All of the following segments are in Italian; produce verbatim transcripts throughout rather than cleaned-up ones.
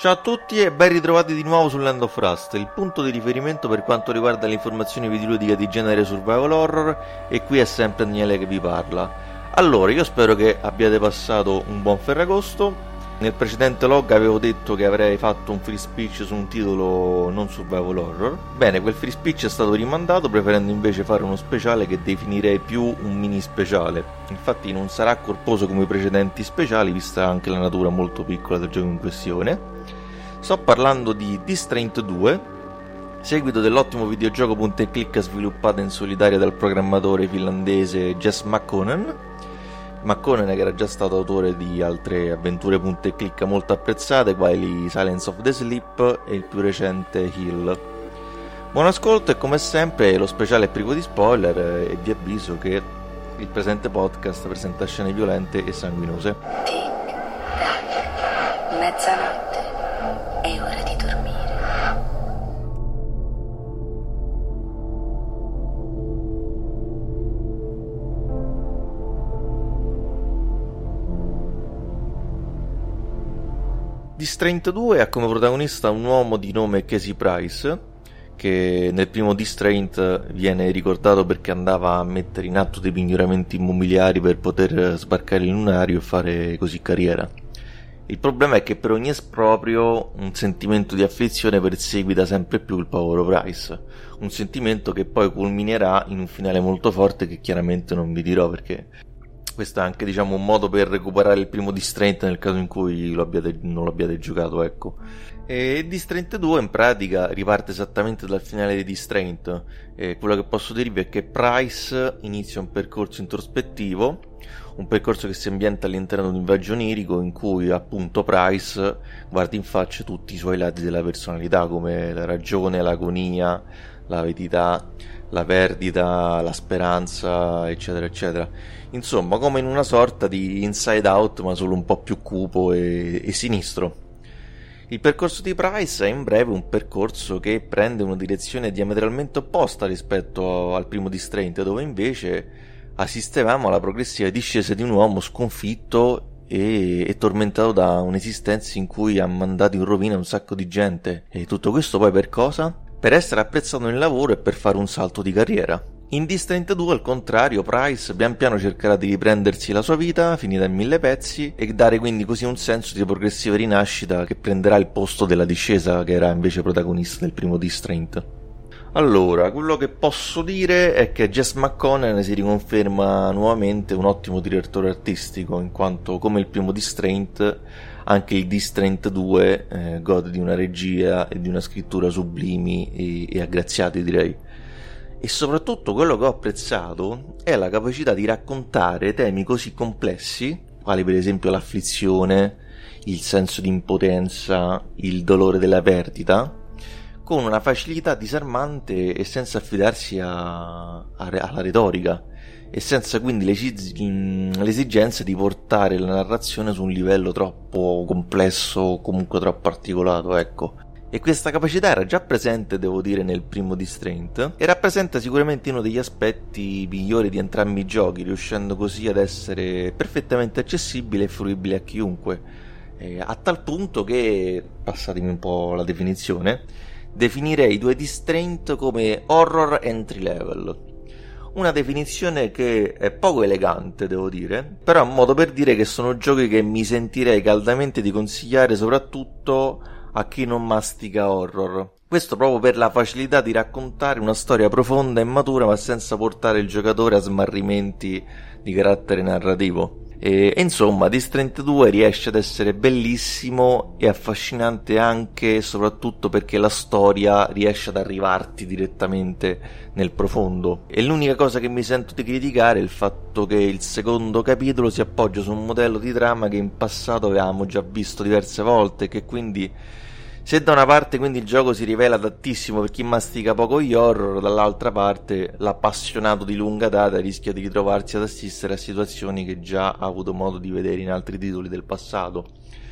Ciao a tutti e ben ritrovati di nuovo su Land of Rust, il punto di riferimento per quanto riguarda le informazioni videoludiche di genere survival horror, e qui è sempre Daniele che vi parla. Allora, io spero che abbiate passato un buon Ferragosto. Nel precedente log avevo detto che avrei fatto un free speech su un titolo non survival horror. Bene, quel free speech è stato rimandato, preferendo invece fare uno speciale che definirei più un mini speciale. Infatti non sarà corposo come i precedenti speciali, vista anche la natura molto piccola del gioco in questione. Sto parlando di Distraint due, seguito dell'ottimo videogioco punta e clicca sviluppato in solitaria dal programmatore finlandese Jess McConnen. McConnen, che era già stato autore di altre avventure punta e clicca molto apprezzate, quali Silence of the Sleep e il più recente Hill. Buon ascolto, e come sempre lo speciale è privo di spoiler, e vi avviso che il presente podcast presenta scene violente e sanguinose. Tic tac, mezzanotte, è ora di dormire. Distraint due ha come protagonista un uomo di nome Casey Price, che nel primo Distraint viene ricordato perché andava a mettere in atto dei miglioramenti immobiliari per poter sbarcare il lunario e fare così carriera. Il problema è che per ogni esproprio un sentimento di affezione perseguita sempre più il povero Price, un sentimento che poi culminerà in un finale molto forte che chiaramente non vi dirò, perché questo è anche, diciamo, un modo per recuperare il primo Distraint nel caso in cui lo abbiate, non l'abbiate giocato, ecco. E Distraint due in pratica riparte esattamente dal finale di Distraint. E quello che posso dirvi è che Price inizia un percorso introspettivo, un percorso che si ambienta all'interno di un viaggio onirico in cui appunto Price guarda in faccia tutti i suoi lati della personalità, come la ragione, l'agonia, l'avidità, la perdita, la speranza, eccetera eccetera. Insomma, come in una sorta di Inside Out, ma solo un po' più cupo e, e sinistro. Il percorso di Price è in breve un percorso che prende una direzione diametralmente opposta rispetto al primo Distraint, dove invece assistevamo alla progressiva discesa di un uomo sconfitto e, e tormentato da un'esistenza in cui ha mandato in rovina un sacco di gente. E tutto questo poi per cosa? Per essere apprezzato nel lavoro e per fare un salto di carriera. In Distraint due, al contrario, Price pian piano cercherà di riprendersi la sua vita, finita in mille pezzi, e dare quindi così un senso di progressiva rinascita che prenderà il posto della discesa che era invece protagonista del primo Distraint. Allora, quello che posso dire è che Jess McConnen si riconferma nuovamente un ottimo direttore artistico, in quanto, come il primo Distraint, anche il Distraint due eh, gode di una regia e di una scrittura sublimi e, e aggraziati, direi. E soprattutto quello che ho apprezzato è la capacità di raccontare temi così complessi, quali per esempio l'afflizione, il senso di impotenza, il dolore della perdita, con una facilità disarmante e senza affidarsi a, a, alla retorica, e senza quindi l'esigenza di portare la narrazione su un livello troppo complesso o comunque troppo articolato, ecco. E questa capacità era già presente, devo dire, nel primo Distraint, e rappresenta sicuramente uno degli aspetti migliori di entrambi i giochi, riuscendo così ad essere perfettamente accessibile e fruibile a chiunque, eh, a tal punto che, passatemi un po' la definizione, definirei i due Distraint come horror entry level. Una definizione che è poco elegante, devo dire, però è un modo per dire che sono giochi che mi sentirei caldamente di consigliare soprattutto a chi non mastica horror. Questo proprio per la facilità di raccontare una storia profonda e matura, ma senza portare il giocatore a smarrimenti di carattere narrativo. E, e insomma, Distraint due riesce ad essere bellissimo e affascinante anche e soprattutto perché la storia riesce ad arrivarti direttamente nel profondo. E l'unica cosa che mi sento di criticare è il fatto che il secondo capitolo si appoggia su un modello di trama che in passato avevamo già visto diverse volte, che quindi, se da una parte quindi il gioco si rivela adattissimo per chi mastica poco gli horror, dall'altra parte l'appassionato di lunga data rischia di ritrovarsi ad assistere a situazioni che già ha avuto modo di vedere in altri titoli del passato.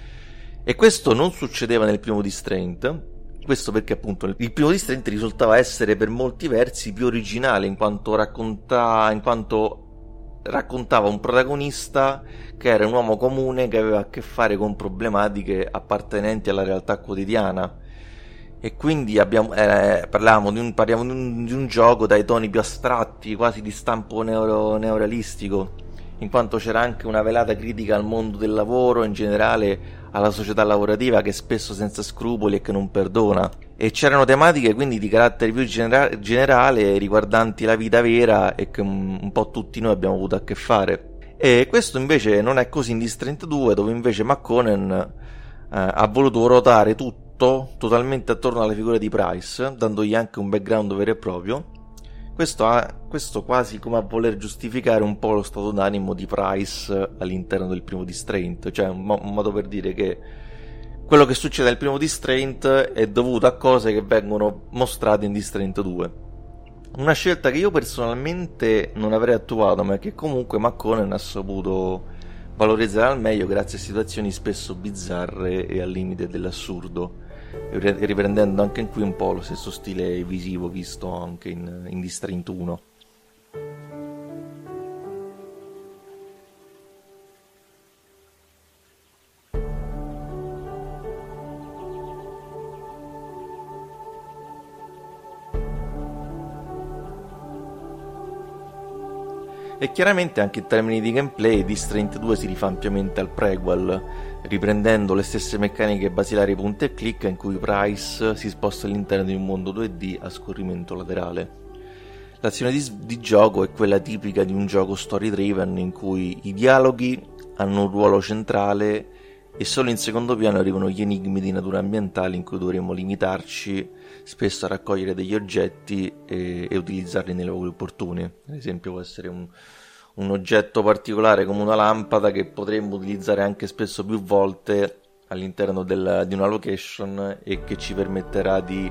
E questo non succedeva nel primo Distraint, questo perché appunto il primo Distraint risultava essere per molti versi più originale, in quanto racconta, in quanto raccontava un protagonista che era un uomo comune che aveva a che fare con problematiche appartenenti alla realtà quotidiana, e quindi abbiamo, eh, parlavamo, di un, parliamo di un, di un gioco dai toni più astratti, quasi di stampo neuro, neorealistico, in quanto c'era anche una velata critica al mondo del lavoro, in generale alla società lavorativa che è spesso senza scrupoli e che non perdona, e c'erano tematiche quindi di carattere più genera- generale riguardanti la vita vera e che un, un po' tutti noi abbiamo avuto a che fare. E questo invece non è così in District trentadue, dove invece McConan eh, ha voluto ruotare tutto totalmente attorno alla figura di Price, dandogli anche un background vero e proprio. Questo, ha, questo quasi come a voler giustificare un po' lo stato d'animo di Price all'interno del primo Distraint, cioè un, mo- un modo per dire che quello che succede nel primo Distraint è dovuto a cose che vengono mostrate in Distraint trentadue. Una scelta che io personalmente non avrei attuato, ma che comunque McConan ha saputo valorizzare al meglio grazie a situazioni spesso bizzarre e al limite dell'assurdo, riprendendo anche qui un po' lo stesso stile visivo visto anche in, in Distraint uno. E chiaramente anche in termini di gameplay Distraint due si rifà ampiamente al prequel, riprendendo le stesse meccaniche basilari punta e clic in cui Price si sposta all'interno di un mondo due D a scorrimento laterale. L'azione di, di gioco è quella tipica di un gioco story driven in cui i dialoghi hanno un ruolo centrale e solo in secondo piano arrivano gli enigmi di natura ambientale in cui dovremo limitarci spesso a raccogliere degli oggetti e, e utilizzarli nei luoghi opportuni. Ad esempio può essere un, un oggetto particolare come una lampada che potremmo utilizzare anche spesso più volte all'interno del, di una location e che ci permetterà di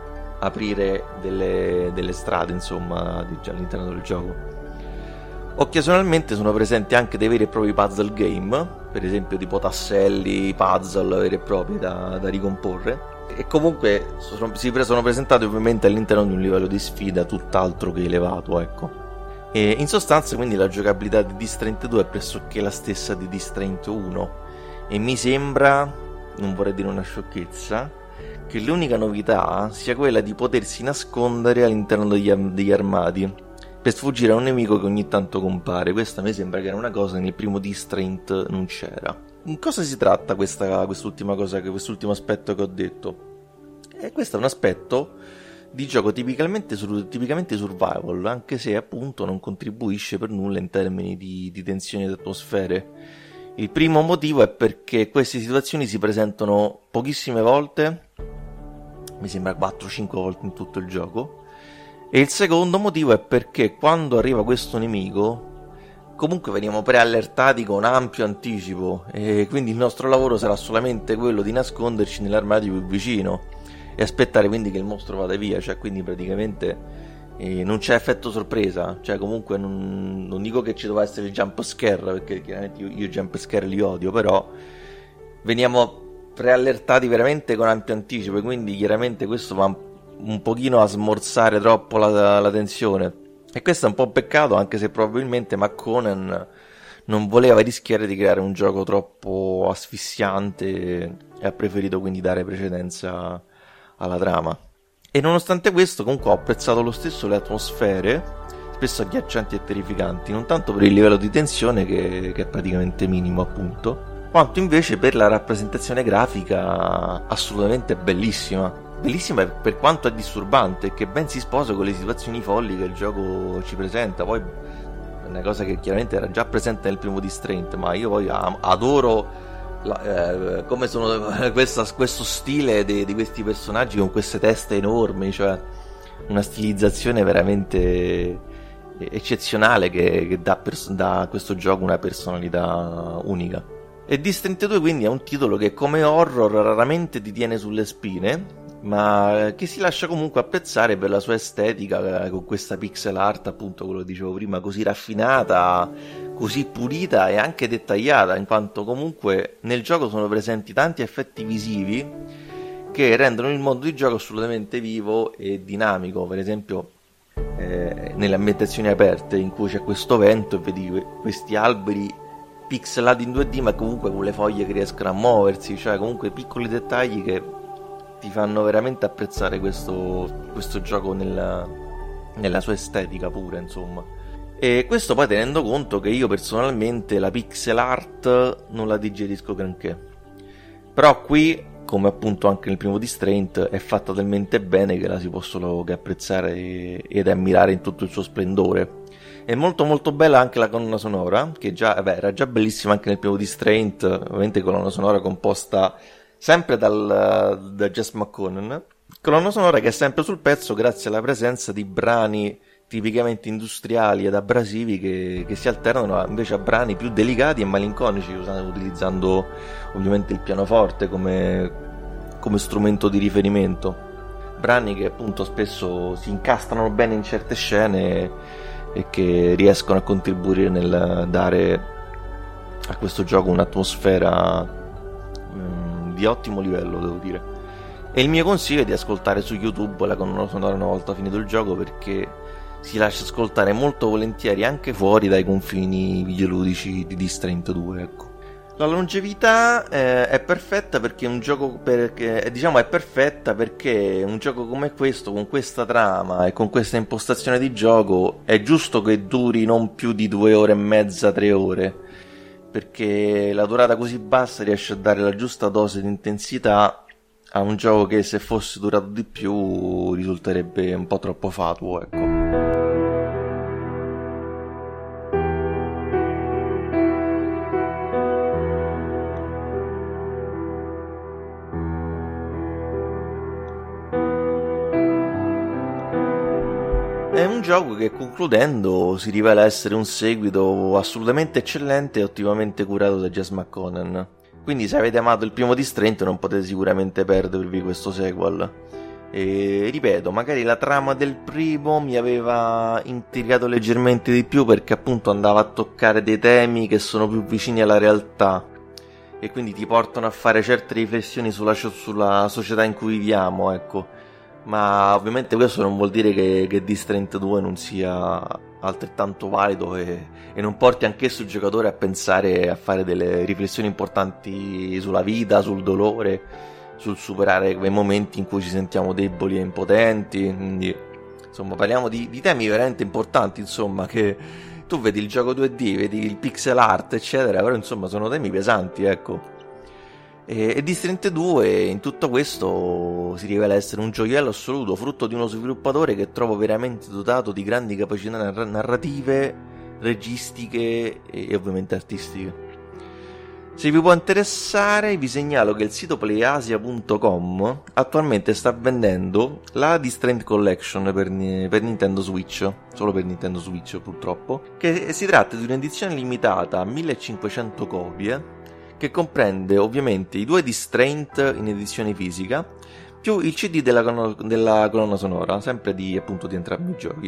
aprire delle, delle strade, insomma, di, all'interno del gioco. Occasionalmente sono presenti anche dei veri e propri puzzle game, per esempio tipo tasselli, puzzle veri e propri da, da ricomporre, e comunque sono, si sono presentati ovviamente all'interno di un livello di sfida tutt'altro che elevato, ecco. E in sostanza quindi la giocabilità di Distraint trentadue è pressoché la stessa di Distraint uno, e mi sembra, non vorrei dire una sciocchezza, che l'unica novità sia quella di potersi nascondere all'interno degli, degli armadi per sfuggire a un nemico che ogni tanto compare. Questa mi sembra che era una cosa che nel primo Distraint non c'era. In cosa si tratta questa, quest'ultima cosa, quest'ultimo aspetto che ho detto? E questo è un aspetto di gioco tipicamente, tipicamente survival, anche se appunto non contribuisce per nulla in termini di, di tensione ed atmosfere. Il primo motivo è perché queste situazioni si presentano pochissime volte, mi sembra quattro cinque volte in tutto il gioco. E il secondo motivo è perché quando arriva questo nemico comunque veniamo preallertati con ampio anticipo, e quindi il nostro lavoro sarà solamente quello di nasconderci nell'armadio più vicino e aspettare quindi che il mostro vada via, cioè quindi praticamente eh, non c'è effetto sorpresa, cioè comunque non, non dico che ci doveva essere il jump scare, perché chiaramente io, io i jump scare li odio, però veniamo preallertati veramente con ampio anticipo, e quindi chiaramente questo va un pochino a smorzare troppo la, la tensione, e questo è un po' un peccato, anche se probabilmente McConan non voleva rischiare di creare un gioco troppo asfissiante e ha preferito quindi dare precedenza alla trama. E nonostante questo comunque ho apprezzato lo stesso le atmosfere, spesso agghiaccianti e terrificanti, non tanto per il livello di tensione che, che è praticamente minimo appunto, quanto invece per la rappresentazione grafica assolutamente bellissima. Bellissima per quanto è disturbante, che ben si sposa con le situazioni folli che il gioco ci presenta. Poi è una cosa che chiaramente era già presente nel primo Distraint, ma io poi adoro la, eh, come sono questa, questo stile di, di questi personaggi con queste teste enormi, cioè una stilizzazione veramente eccezionale che, che dà, pers- dà a questo gioco una personalità unica. E Distraint trentadue quindi è un titolo che come horror raramente ti tiene sulle spine, ma che si lascia comunque apprezzare per la sua estetica, con questa pixel art, appunto quello che dicevo prima, così raffinata, così pulita e anche dettagliata, in quanto comunque nel gioco sono presenti tanti effetti visivi che rendono il mondo di gioco assolutamente vivo e dinamico. Per esempio eh, nelle ambientazioni aperte in cui c'è questo vento e vedi questi alberi pixelati in due D ma comunque con le foglie che riescono a muoversi, cioè comunque piccoli dettagli che ti fanno veramente apprezzare questo, questo gioco nella, nella sua estetica pura, insomma. E questo poi tenendo conto che io personalmente la pixel art non la digerisco granché, però qui, come appunto anche nel primo Distraint, è fatta talmente bene che la si può solo che apprezzare ed ammirare in tutto il suo splendore. È molto molto bella anche la colonna sonora, che già, beh, era già bellissima anche nel primo Distraint, ovviamente colonna sonora composta sempre dal, da Jess McConnell, colonna sonora che è sempre sul pezzo grazie alla presenza di brani tipicamente industriali ed abrasivi che, che si alternano a, invece a brani più delicati e malinconici, usando, utilizzando ovviamente il pianoforte come, come strumento di riferimento. Brani che appunto spesso si incastrano bene in certe scene e che riescono a contribuire nel dare a questo gioco un'atmosfera um, di ottimo livello, devo dire. E il mio consiglio è di ascoltare su YouTube la colonna sonora una volta finito il gioco, perché si lascia ascoltare molto volentieri anche fuori dai confini videoludici di Distraint due, ecco. La longevità eh, è perfetta perché è un gioco perché, diciamo è perfetta perché un gioco come questo, con questa trama e con questa impostazione di gioco, è giusto che duri non più di due ore e mezza, tre ore, perché la durata così bassa riesce a dare la giusta dose di intensità a un gioco che se fosse durato di più risulterebbe un po' troppo fatuo, ecco. È un gioco che, concludendo, si rivela essere un seguito assolutamente eccellente e ottimamente curato da Jess McConnell. Quindi se avete amato il primo Distraint non potete sicuramente perdervi questo sequel. E ripeto, magari la trama del primo mi aveva intrigato leggermente di più perché appunto andava a toccare dei temi che sono più vicini alla realtà e quindi ti portano a fare certe riflessioni sulla, sulla società in cui viviamo, ecco. Ma ovviamente questo non vuol dire che, che Distraint due non sia altrettanto valido e, e non porti anch'esso il giocatore a pensare, a fare delle riflessioni importanti sulla vita, sul dolore, sul superare quei momenti in cui ci sentiamo deboli e impotenti. Quindi insomma parliamo di, di temi veramente importanti, insomma, che tu vedi il gioco due D, vedi il pixel art eccetera, però insomma sono temi pesanti, ecco. E, e Distraint due in tutto questo si rivela essere un gioiello assoluto, frutto di uno sviluppatore che trovo veramente dotato di grandi capacità narr- narrative, registiche e, e ovviamente artistiche. Se vi può interessare vi segnalo che il sito playasia punto com attualmente sta vendendo la Distraint Collection per, per Nintendo Switch, solo per Nintendo Switch purtroppo, che si tratta di un'edizione limitata a millecinquecento copie che comprende ovviamente i due Distraint in edizione fisica più il C D della, della colonna sonora, sempre di appunto di entrambi i giochi.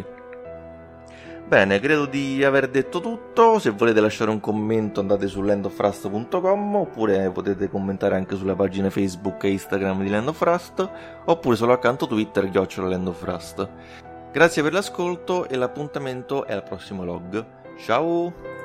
Bene, credo di aver detto tutto. Se volete lasciare un commento andate su land of rust punto com oppure potete commentare anche sulle pagine Facebook e Instagram di Land of Rust oppure sull'account Twitter chiocciola Land of Rust. Grazie per l'ascolto e l'appuntamento è al prossimo log. Ciao!